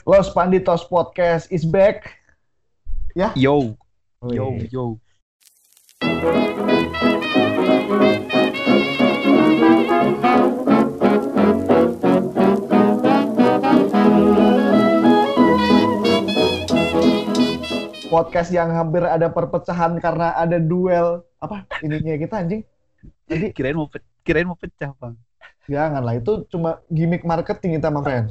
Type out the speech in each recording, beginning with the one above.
Los Panditos Podcast is back. Ya. Yo, yo, Wih. yo. Podcast yang hampir ada perpecahan karena ada duel apa ininya kita anjing. Tadi Kirain mau pecah, Bang. janganlah itu cuma gimmick marketing kita, my friend.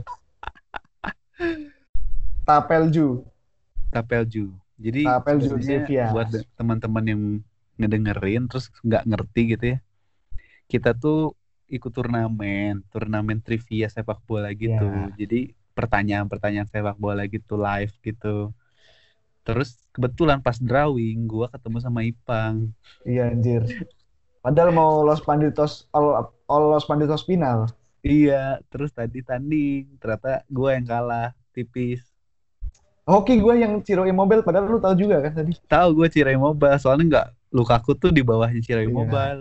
Tapelju. Tapelju. Jadi Tapelju sebenarnya Devia. buat teman-teman yang ngedengerin terus nggak ngerti gitu ya. Kita tuh ikut turnamen trivia sepak bola gitu. Iya. Jadi pertanyaan-pertanyaan sepak bola gitu live gitu. Terus kebetulan pas drawing gua ketemu sama Ipang. Iya anjir. Padahal mau Los Panditos all Los Panditos final. Iya, terus tadi tanding, ternyata gua yang kalah tipis. Oke, gue yang Ciro Immobile padahal lu tahu juga kan tadi. Tahu gue Cirai Mobile, soalnya nggak Lukaku tuh di bawahnya Cirai Iya. Mobile.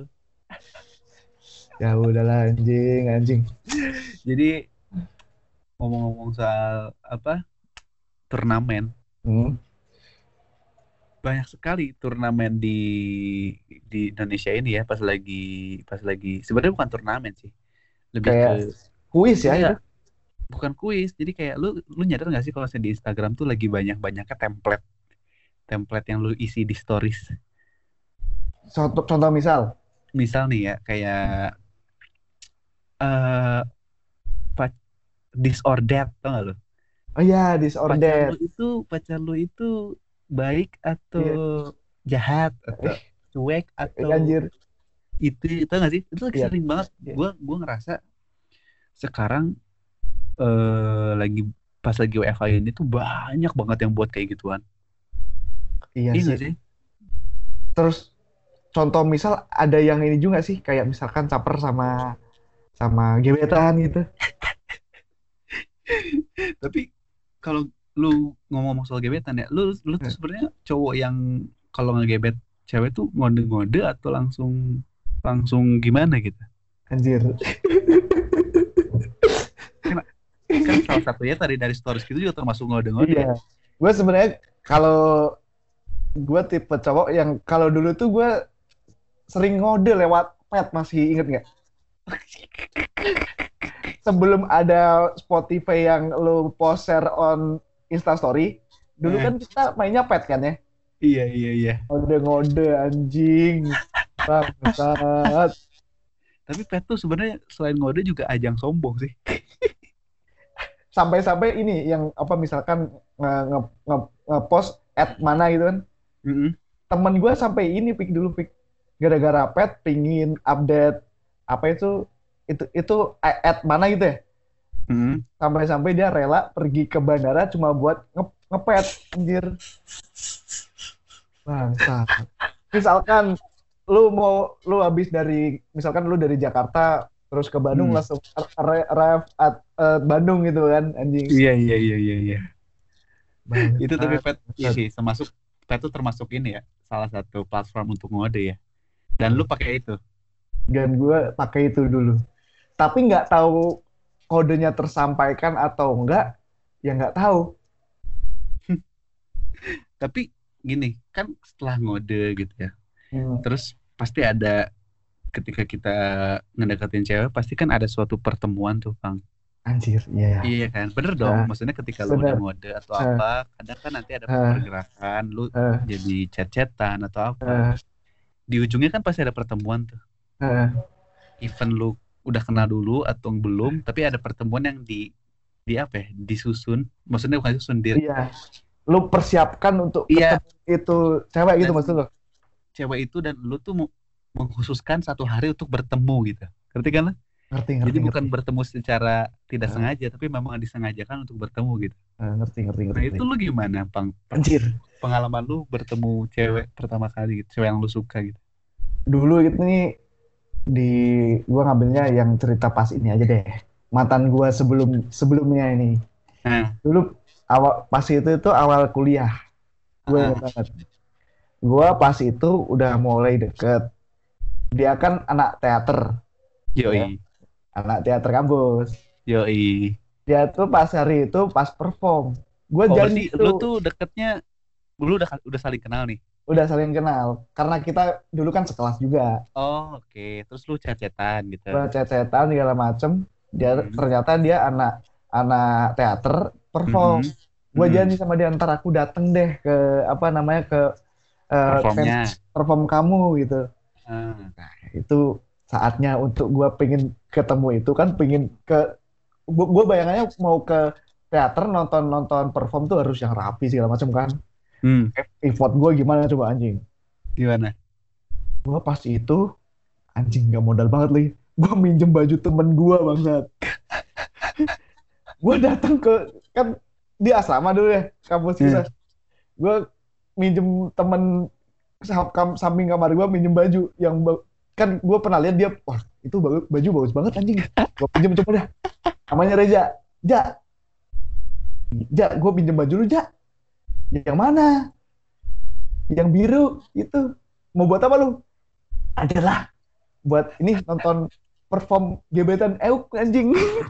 Ya udahlah anjing. Jadi ngomong-ngomong soal apa turnamen, banyak sekali turnamen di Indonesia ini ya pas lagi sebenarnya bukan turnamen sih, lebih Kayak kuis ya iya, itu. bukan kuis. Jadi kayak lu nyadar nggak sih kalau di Instagram tuh lagi banyak-banyaknya template yang lu isi di stories. Contoh misal. Misal nih ya kayak eh this or that, tau gak lu? Oh iya, this or that. Pacar lu itu baik atau Iya. jahat atau cuek atau Anjir. itu tau gak sih? Itu lagi Iya. sering banget. Iya. Gue ngerasa sekarang pas lagi WFH ini tuh banyak banget yang buat kayak gituan. Iya Iya gak sih. sih? Terus contoh misal ada yang ini juga sih, kayak misalkan caper sama gebetan gitu. Tapi kalau lu ngomong soal gebetan ya, lu tuh sebenarnya cowok yang kalau ngegebet cewek tuh ngode-ngode atau langsung gimana gitu? Anjir. Kan salah satunya tadi dari stories gitu juga termasuk ngode-ngode. Iya. Gue sebenarnya kalau gue tipe cowok yang kalau dulu tuh gue sering ngode lewat pet, masih inget nggak? Sebelum ada Spotify yang lo post share on Instastory, dulu kan kita mainnya pet kan ya? Iya. Ngode-ngode anjing. Bangsat. Tapi pet tuh sebenarnya selain ngode juga ajang sombong sih. Sampai-sampai ini yang apa misalkan nge-post at mana gitu kan. Temen gue sampai ini pik gara-gara pet pingin update apa itu at mana gitu ya. Sampai-sampai dia rela pergi ke bandara cuma buat ngepet anjir. Bangsa. Misalkan lu habis misalkan lu dari Jakarta terus ke Bandung langsung arrive at Bandung gitu kan anjing. Iya. Bangsa. Itu tapi pet iya sih, pet tuh termasuk ini ya, salah satu platform untuk ngode ya. Dan lu pakai itu. Dan gue pakai itu dulu. Tapi nggak tahu kodenya tersampaikan atau enggak, ya nggak tahu. Tapi gini, kan setelah ngode gitu ya, terus pasti ada ketika kita ngedekatin cewek, pasti kan ada suatu pertemuan tuh, Bang. Anjir, iya. Iya kan, bener dong. Maksudnya ketika lu udah ngode atau apa, kadang kan nanti ada pergerakan, lu jadi chat-chatan atau apa. Di ujungnya kan pasti ada pertemuan tuh. Even lu udah kenal dulu atau belum, tapi ada pertemuan yang di apa ya, disusun. Maksudnya bukan disusun, iya. Lu persiapkan untuk ketemu itu cewek gitu maksud lu? Cewek itu dan lu tuh mengkhususkan satu hari untuk bertemu gitu. Ngerti kan lu? Ngerti. Jadi bukan bertemu secara tidak sengaja, tapi memang disengajakan untuk bertemu gitu. Ngerti. Nah itu lu gimana, Bang? Anjir. Pengalaman lu bertemu cewek pertama kali gitu, cewek yang lu suka gitu. Dulu itu nih gue ngambilnya yang cerita pas ini aja deh. Mantan gue sebelumnya ini. Dulu pas itu awal kuliah. Gue ingat banget. Gue pas itu udah mulai deket. Dia kan anak teater. Yoi. Anak teater kampus. Yoi. Dia tuh pas hari itu pas perform. Gue berarti janji lu tuh. tuh deketnya, lu udah saling kenal nih. Udah saling kenal. Karena kita dulu kan sekelas juga. Oh, oke. Terus lu chat-chatan gitu. Gue chat-chatan segala macem. Mm-mm. Ternyata dia anak anak teater perform. Mm-mm. Gue Mm-mm. janji sama dia, ntar aku dateng deh ke apa namanya ke pensi Performnya. perform kamu gitu. Ah. Nah, itu saatnya untuk gue pengen ketemu itu kan, pengen ke gue bayangannya mau ke teater nonton nonton perform tuh harus yang rapi segala macam kan. Hmm. Effort gue gimana coba anjing. Gimana? Gue pas itu anjing gak modal banget lagi. Gue minjem baju temen gue bangsat. Gue datang ke kan di asrama dulu ya kampus kita. Hmm. Gue minjem temen samping kamar gue, minjem baju yang kan gue pernah lihat dia, wah itu baju bagus banget anjing. Gue pinjem coba dah. Namanya Reza. Ja, Ja, gue pinjem baju lu Ja. Yang mana? Yang biru itu. Mau buat apa lu? Adalah buat ini nonton perform gebetan Euk anjing.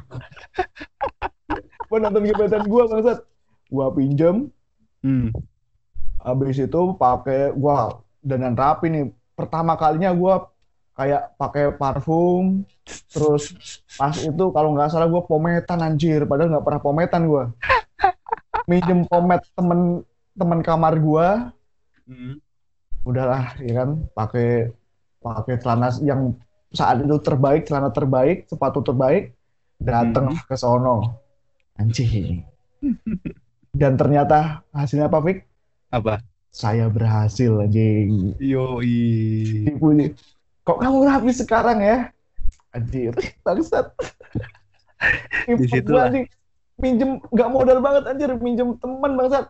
Buat nonton gebetan gue bangsat. Gue pinjem. Hmm. Habis itu pakai gua dandan rapi nih. Pertama kalinya gua kayak pakai parfum. Terus pas itu kalau nggak salah gua pometan anjir. Padahal nggak pernah pometan gua. Minjem pomet temen temen kamar gua. Hmm. Udahlah ya kan. Pakai pakai celana yang saat itu terbaik, celana terbaik, sepatu terbaik. Dateng Hmm. ke sono. Anjing. Dan ternyata hasilnya apa, Fik? Apa? Saya berhasil anjing. Yoi. Tipu nih. Kok kamu rapi sekarang ya? Anjir, bangsat. Import gua Disitulah. anjing. Minjem, nggak modal banget anjir. Minjem teman bangsat.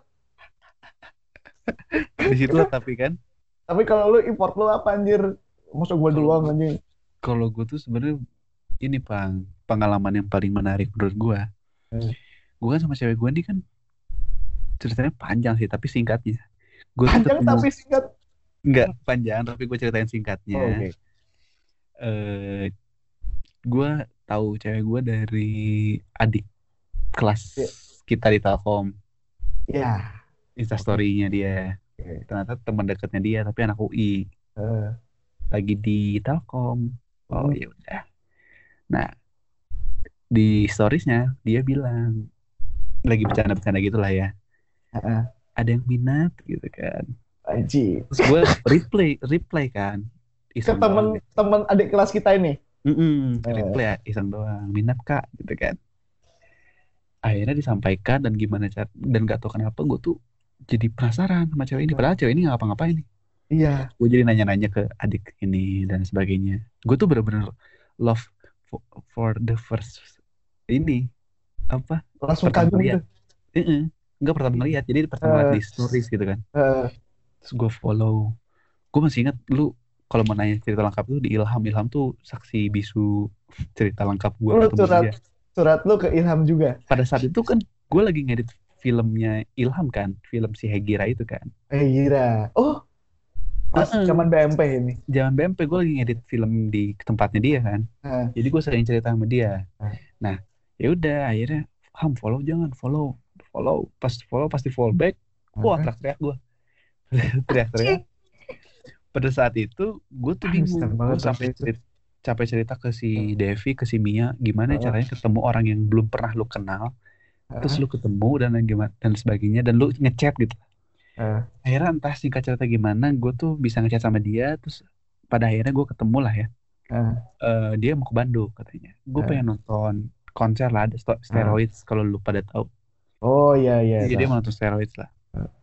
Disitulah tapi kan. Tapi kalau lu import lu apa anjir? Masa gua Kalau doang gue, anjing. kalau gue tuh sebenarnya ini pengalaman yang paling menarik menurut gue. Hmm. Gue kan sama cewek gue nih kan ceritanya panjang sih, tapi singkatnya. Gue tuh Panjang ketemu, tapi singkat. nggak panjang, tapi gue ceritain singkatnya. Oh, oke. eh gue tahu cewek gue dari adik kelas Ya, kita di Telkom. ya, oke. Instastory-nya dia. Oke. Ternyata teman dekatnya dia, tapi anak UI. Eh, Lagi di Telkom. Oh hmm, ya udah. Nah, di storiesnya dia bilang lagi bercanda-bercanda gitu lah ya. eh, Ada yang minat gitu kan. anjing. Terus gue reply kan. Ke Iseng doang deh. temen adik kelas kita ini. Eh, Reply iseng doang. Minat kak gitu kan. Akhirnya disampaikan dan gimana cara, dan gak tau kenapa gue tuh jadi penasaran sama cewek ini. Padahal cewek ini gak ngapa-ngapain nih. iya, Gue jadi nanya-nanya ke adik ini dan sebagainya. Gue tuh bener-bener love for the first ini apa langsung pertama kagum gitu. ngeliat. Enggak pertama ngeliat, jadi pertama ngeliat Eh, di stories gitu kan. eh, Terus gue follow. Gue masih ingat lu kalau mau nanya cerita lengkap tuh di Ilham. Ilham tuh saksi bisu cerita lengkap gue lu ketemu dia. surat lu ke Ilham juga. Pada saat itu kan gue lagi ngedit filmnya Ilham kan, film si Hegira itu kan. Gila. Oh, pas zaman BMP ini. Jangan BMP, gue lagi ngedit film di tempatnya dia kan. Eh, Jadi gue sering cerita sama dia. eh, Nah, ya udah akhirnya Ham follow, jangan follow. Pas follow pasti follow back. Wah, eh. teriak-teriak gue. Teriak-teriak. Pada saat itu gue tuh Seneng bingung. Gue banget waktu itu. capek cerita ke si Devi, ke si Mia, gimana Eh, caranya ketemu orang yang belum pernah lu kenal, terus eh, lu ketemu dan gimana dan sebagainya, dan lu ngechat gitu. eh, Akhirnya entah singkat cerita gimana, gue tuh bisa ngechat sama dia, terus pada akhirnya gue ketemu lah ya. eh, Dia mau ke Bandung katanya. Gue eh, pengen nonton konser lah, ada eh. Steroids kalau lu pada tahu. Oh iya iya Jadi dia tahu. mau nonton Steroids lah.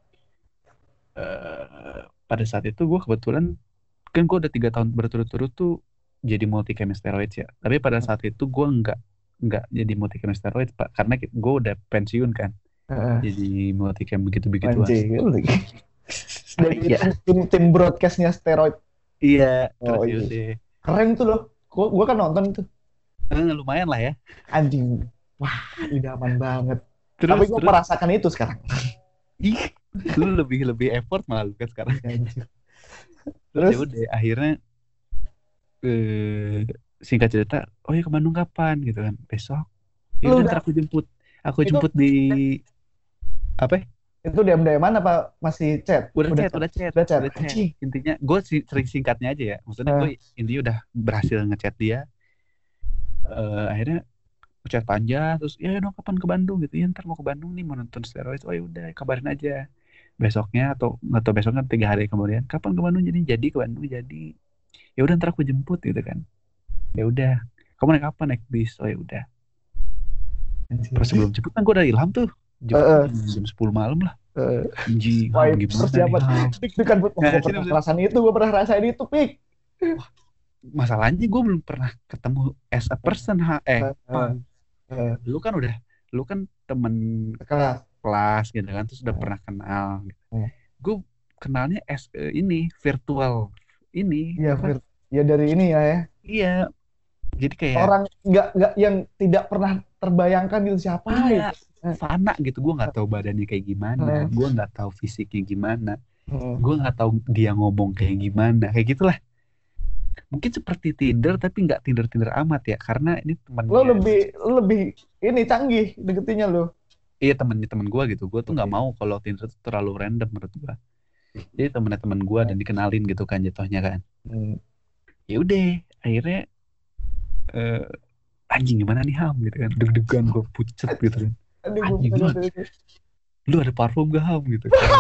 Pada saat itu gue kebetulan kan gue udah 3 tahun berturut-turut tuh jadi multi chemist steroids ya. Tapi pada saat itu gue nggak jadi multi chemist steroids pak, karena gue udah pensiun kan. Eh, eh. Jadi multi chem begitu-begituan. Anjing. Dari Iya, tim broadcastnya steroid. iya Oh terus iya. yaudah. Keren tuh loh. Gua kan nonton itu. Lumayan lah ya. Anjing. Wah, idaman banget. Tapi Terus gue terus, merasakan itu sekarang. ih, lu lebih effort malah lu kan sekarang. Anjir. Terus ya Terus udah akhirnya singkat cerita, oh ya ke Bandung kapan gitu kan, besok. Ya udah ntar aku jemput di apa? Itu DM mana Pak? Masih chat? Udah chat. Anjing. Intinya gue sering singkatnya aja ya. Maksudnya gue intinya udah berhasil ngechat dia. Akhirnya chat panjang terus ya dong kapan ke Bandung gitu. Ya ntar mau ke Bandung nih mau nonton steroid. Oh ya udah kabarin aja. Besoknya atau nggak tahu besoknya 3 hari kemudian kapan ke Bandung jadi ke Bandung jadi. Ya udah ntar aku jemput gitu kan. Ya udah. Kamu naik apa? Naik bis. Oh ya udah. Pas sebelum jemput kan gue udah ilham tuh. Jam 10 malam lah. Anjing, gimana nih? Pik kan gue pernah ngerasain itu, gue pernah rasain itu, Pik. Masalahnya gue belum pernah ketemu as a person, lu kan temen kelas gitu kan, terus udah pernah kenal. Gitu. Gue kenalnya as ini virtual ini. Iya dari ini ya. Iya. Jadi kayak orang nggak yang tidak pernah terbayangkan gitu siapa iya, fana gitu. Gue nggak tahu badannya kayak gimana, gue nggak tahu fisiknya gimana, gue nggak tahu dia ngomong kayak gimana, kayak gitulah. Mungkin seperti Tinder tapi nggak Tinder amat ya, karena ini temannya. Lo lebih ini canggih deketinnya lo. Iya temen gue gitu. Gue tuh nggak mau kalau Tinder tuh terlalu random menurut gue. Jadi temen gue dan dikenalin gitu kan jatuhnya kan. Ya udah akhirnya anjing gimana nih Ham gitu kan, deg-degan gue pucet gitu kan. Anjing lu ada parfum gak Ham gitu kan.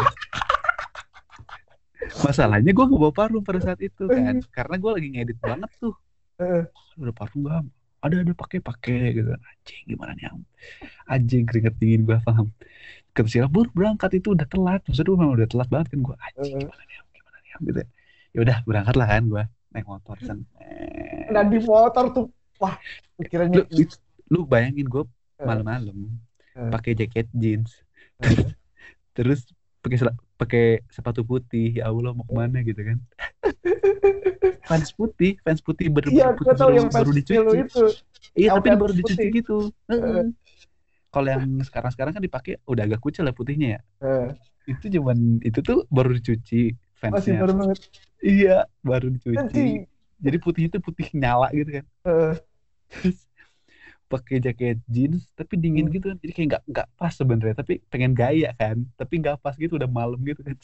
Masalahnya gue gak bawa parfum pada saat itu kan, karena gue lagi ngedit banget tuh. Udah parfum gak Ham? Ada pakai gitu kan. Anjing gimana nih Ham, anjing keringet dingin gue paham. Kata Silabur berangkat itu udah telat, maksudnya memang udah telat banget kan gue. Anjing gimana nih Ham gitu. Ya udah berangkat lah kan gue naik motor kan. Nah di motor tuh wah pikirannya lu bayangin gue malam-malam pakai jaket jeans terus pakai sepatu putih. Ya Allah mau kemana gitu kan. fans putih baru dicuci itu. Iya tapi baru dicuci gitu. Kalau yang sekarang kan dipakai udah agak kucel ya putihnya ya. Itu tuh baru dicuci fansnya. Masih baru banget. Iya baru dicuci. Jadi putihnya itu putih nyala gitu kan. Pakai jaket jeans tapi dingin gitu kan, jadi kayak nggak pas sebenarnya, tapi pengen gaya kan, tapi nggak pas gitu, udah malam gitu kan.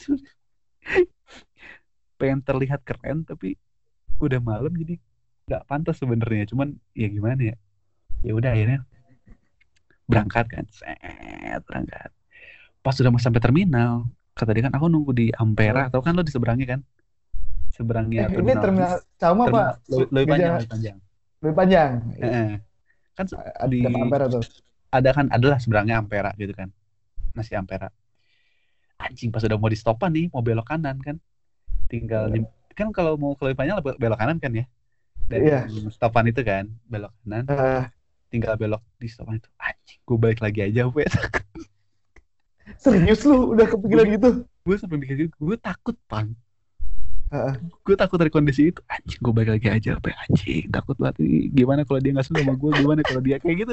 Pengen terlihat keren tapi udah malam jadi nggak pantas sebenarnya, cuman ya gimana ya. Ya udah akhirnya berangkat kan. Berangkat pas sudah mau sampai terminal, kata dia kan aku nunggu di Ampera. Tahu kan lo di seberangnya kan, seberangnya ini terminal sama apa lebih panjang kan di Ampera tuh. Adalah seberangnya Ampera gitu kan, masih Ampera. Anjing pas udah mau di stopan nih, mau belok kanan kan, tinggal kan kalau mau ke lebih panjang belok kanan kan ya, dari stopan itu kan belok kanan, tinggal belok di stopan itu. Anjing gue balik lagi aja gue. Serius lu udah kepikiran gitu? Gue sampai mikir gitu, gue takut Pang. Gue takut dari kondisi itu. Anjing gue balik lagi aja apa. Anjing takut banget. Gimana kalau dia gak suka sama gue, gimana kalau dia kayak gitu.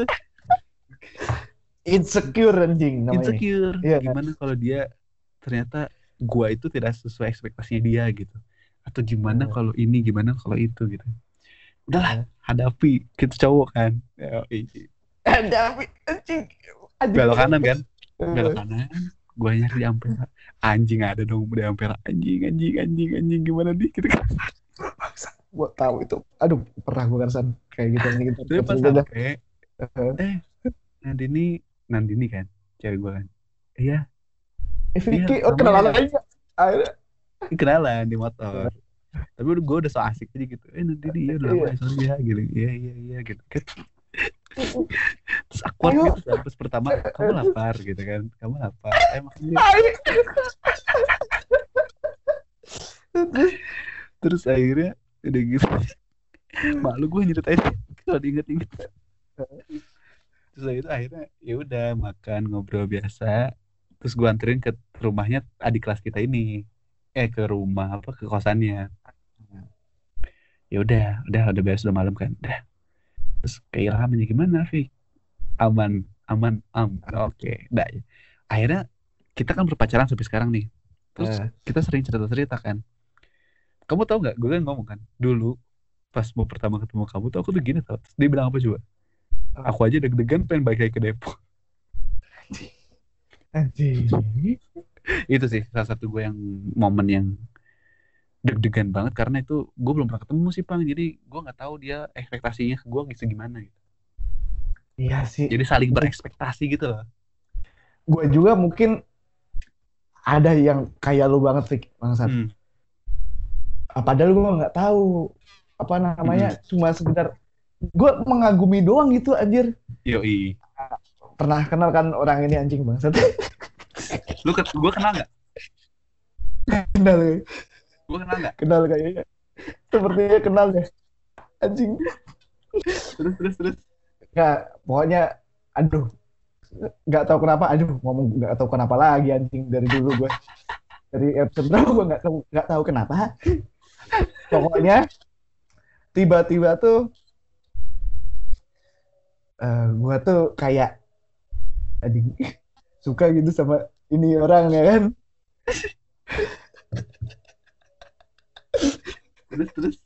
Insecure anjing namanya. Insecure. Gimana kalau dia ternyata gue itu tidak sesuai ekspektasinya dia gitu. Atau gimana kalau ini, gimana kalau itu gitu. Udahlah, hadapi. Kita cowok kan. Hadapi anjing. Belok kanan kan. Belok kanan. Gue nyari di Ampera. Anjing ada dong di Ampera. Anjing gimana nih gitu kan. Gue tahu itu. Aduh, pernah gue ngerasain kayak gitu. Tapi pas sampai Nandini kan cewek gue kan. Iya. Vicky, kenalan aja. Kenalan di motor. Tapi gue udah so asik aja gitu. Nandini ya udah lama ya sorry ya gitu. Iya gitu kan. Terus awkward gitu kan. Terus pertama kamu lapar gitu kan. Kamu lapar. Maksudnya terus akhirnya udah gitu. Malu gue nyeritain kalau diinget-inget. Terus itu akhirnya ya udah makan ngobrol biasa. Terus gue anterin ke rumahnya adik kelas kita ini. Ke rumah ke kosannya. Ya udah beres udah malam kan. Udah. Terus kayak Ilhamnya gimana, Fik? Aman. Oke. Dah. Akhirnya kita kan berpacaran sampai sekarang nih. Terus kita sering cerita kan. Kamu tahu nggak? Gue kan ngomong kan dulu pas mau pertama ketemu kamu tuh aku tuh gini tau. Terus dia bilang apa coba? Aku aja deg-degan pengen balik lagi ke Depok. Anjing. Itu sih salah satu gue yang momen yang deg-degan banget karena itu gue belum pernah ketemu sih Pang, jadi gue nggak tahu dia ekspektasinya ke gue gimana gitu. Iya sih. Jadi saling berekspektasi gitu loh. Gue juga mungkin ada yang kayak lu banget Fik, bangsat. Padahal gue nggak tahu apa namanya, cuma sekedar gue mengagumi doang gitu anjir. Yoi. Pernah kenal kan orang ini anjing bangsat? Gue kenal nggak? Kenal ya. Gue kenal nggak? Kenal kayaknya. Sepertinya kenal deh. Anjing. Terus. Nggak, pokoknya aduh. Nggak tahu kenapa, nggak tahu kenapa lagi anjing dari dulu gue. Dari episode berapa gue nggak tahu kenapa. Pokoknya tiba-tiba tuh gue tuh kayak anjing suka gitu sama ini orang ya kan. Terus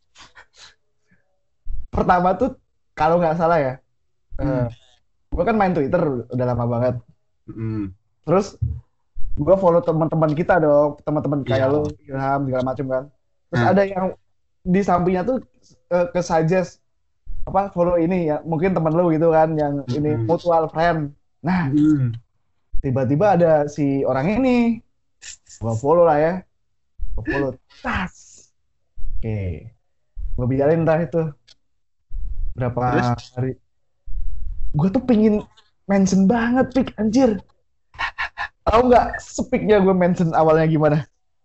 Pertama tuh kalau nggak salah ya, gue kan main Twitter udah lama banget. Terus gue follow teman-teman kita dong, teman-teman kayak lo, Ilham segala macam kan. Terus ada yang di sampingnya tuh ke-suggest apa follow ini ya, mungkin teman lo gitu kan, yang ini mutual friend. Nah, tiba-tiba ada si orang ini, gue follow lah ya, gue follow, tas. Oke, gue biarin entah itu berapa hari. Gue tuh pengen mention banget, Pik, anjir. Tahu nggak speaknya gue mention awalnya gimana?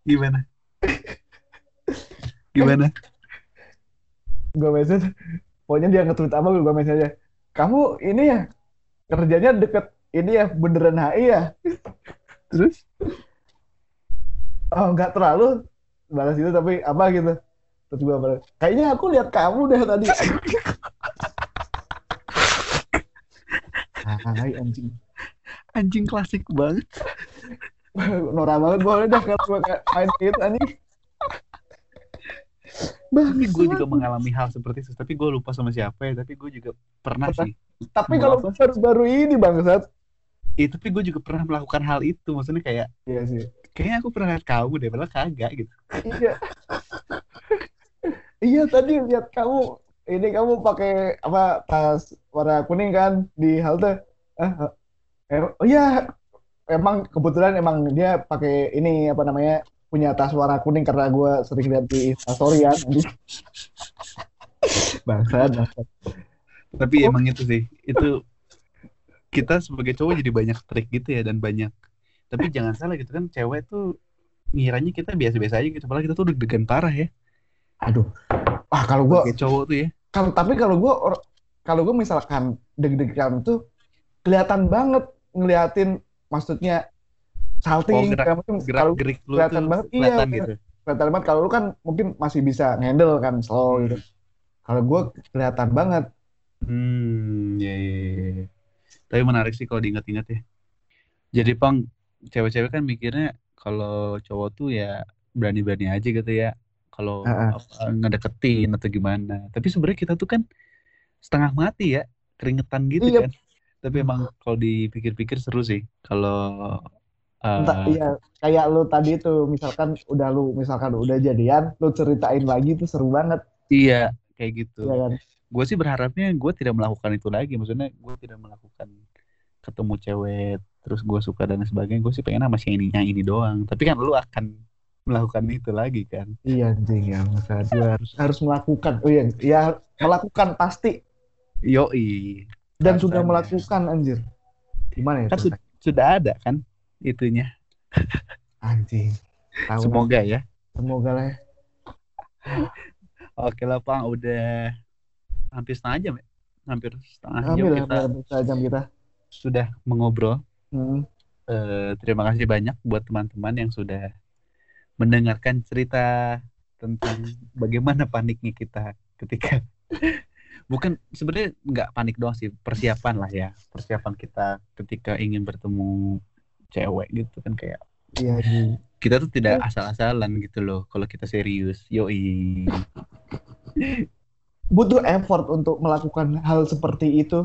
Gimana? Gue mention, pokoknya dia nge-tweet apa, gue mention aja. Kamu ini ya, kerjanya deket ini ya, Bundaran HI ya? Terus? Oh, nggak terlalu balas itu, tapi apa gitu. Terus gue balas, kayaknya aku lihat kamu deh tadi. Hai anjing. Anjing klasik banget. Norak banget gue udah kalau main itu anjing. Tapi gue juga mengalami hal seperti itu. Tapi gue lupa sama siapa ya. Tapi gue juga pernah sih. Tapi kalau baru-baru ini bangsat. Tapi gue juga pernah melakukan hal itu. Maksudnya kayak, iya sih. Kayaknya aku pernah lihat kamu deh, padahal kagak gitu. Iya. Iya tadi lihat kamu pakai apa, tas warna kuning kan di halte. Oh iya, emang kebetulan emang dia pakai ini apa namanya, punya tas warna kuning karena gue sering lihat di Instastory kan. Bangsat. Tapi emang itu sih, itu kita sebagai cowok jadi banyak trik gitu ya, dan banyak. Tapi jangan salah gitu kan, cewek tuh ngiranya kita biasa-biasa aja gitu, padahal kita tuh deg-degan parah ya. Aduh. Kalau gue sebagai cowok tuh ya. Tapi kalau gue misalkan deg-degan tuh kelihatan banget ngeliatin, maksudnya salting, gerak-gerik lu kelihatan tuh banget, kelihatan gitu. Kelihatan banget. Kalau lu kan mungkin masih bisa handle kan, slow gitu. Kalau gue kelihatan banget. Ya. Tapi menarik sih kalau diingat-ingat ya. Jadi Pang, cewek-cewek kan mikirnya kalau cowok tuh ya berani-berani aja gitu ya. Kalau ngedeketin atau gimana. Tapi sebenarnya kita tuh kan setengah mati ya, keringetan gitu kan. Tapi emang kalau dipikir-pikir seru sih. Kalau iya, kayak lu tadi tuh misalkan udah jadian, lu ceritain lagi tuh seru banget. Iya, kayak gitu. Iya kan? Gue sih berharapnya gue tidak melakukan itu lagi. Maksudnya gue tidak melakukan ketemu cewek terus gue suka dan sebagainya. Gue sih pengen sama si ini doang. Tapi kan lu akan melakukan itu lagi kan? Iya anjing ya, gue harus melakukan. Oh iya, ya melakukan pasti. Yoi. Dan sudah melakukan anjir. Gimana ya? Kan sudah ada kan itunya. Anjing. Semoga ya. Semoga lah ya. Oke lah Pang, udah hampir setengah jam ya. Hampir setengah jam kita sudah mengobrol. Terima kasih banyak buat teman-teman yang sudah mendengarkan cerita tentang bagaimana paniknya kita ketika bukan sebenarnya nggak panik doang sih, persiapan lah ya, persiapan kita ketika ingin bertemu cewek gitu kan, kayak iya, kita tuh tidak asal-asalan gitu loh kalau kita serius. Yoi. Butuh effort untuk melakukan hal seperti itu.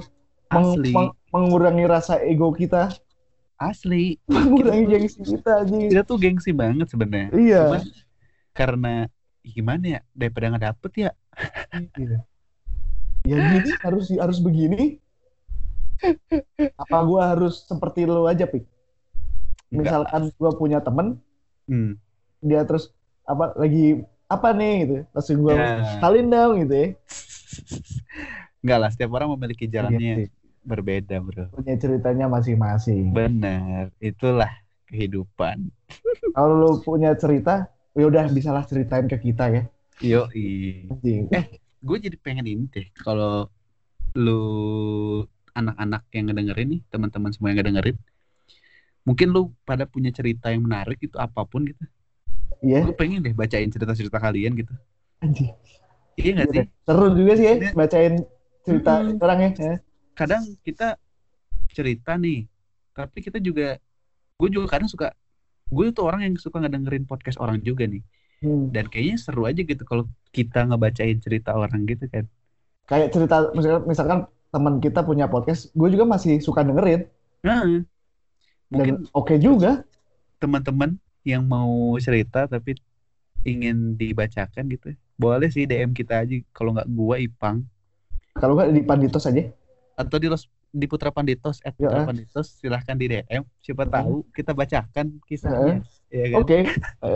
Asli. Mengurangi rasa ego kita. Asli. Mengurangi gengsi kita aja. Kita tuh gengsi banget sebenarnya. Iya. Cuman karena gimana ya, daripada nggak dapet ya. Iya. Ya gini harus begini. Apa gue harus seperti lo aja, Pik? Misalkan gue punya temen, dia terus lagi apa nih gitu, langsung gue salin dong gitu ya. Enggak lah, setiap orang memiliki jalannya berbeda, bro. Punya ceritanya masing-masing. Benar, itulah kehidupan. Kalau lo punya cerita, ya udah bisalah ceritain ke kita ya. Yoi. Gue jadi pengen ini deh, kalau lu anak-anak yang ngedengerin nih, teman-teman semua yang ngedengerin, mungkin lu pada punya cerita yang menarik itu apapun gitu. Iya. Gue pengen deh bacain cerita-cerita kalian gitu. Anjir. Iya nggak sih? Seru juga sih ya bacain cerita orang ya. Kadang kita cerita nih, tapi kita juga, gue juga kadang suka, gue tuh orang yang suka ngedengerin podcast orang juga nih. Dan kayaknya seru aja gitu kalau kita ngebacain cerita orang gitu kan. Kayak cerita misalkan teman kita punya podcast, gue juga masih suka dengerin. Mungkin oke juga. Teman-teman yang mau cerita tapi ingin dibacakan gitu, boleh sih DM kita aja. Kalau nggak gue Ipang. Kalau nggak di Panditos aja. Atau di Putra Panditos, @Putra Panditos, silahkan di DM. Siapa tahu kita bacakan kisahnya. Ya kan? Oke.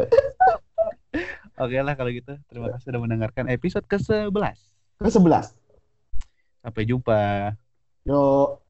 Oke lah kalau gitu. Terima kasih sudah mendengarkan episode ke-11. Ke-11. Sampai jumpa. Yo.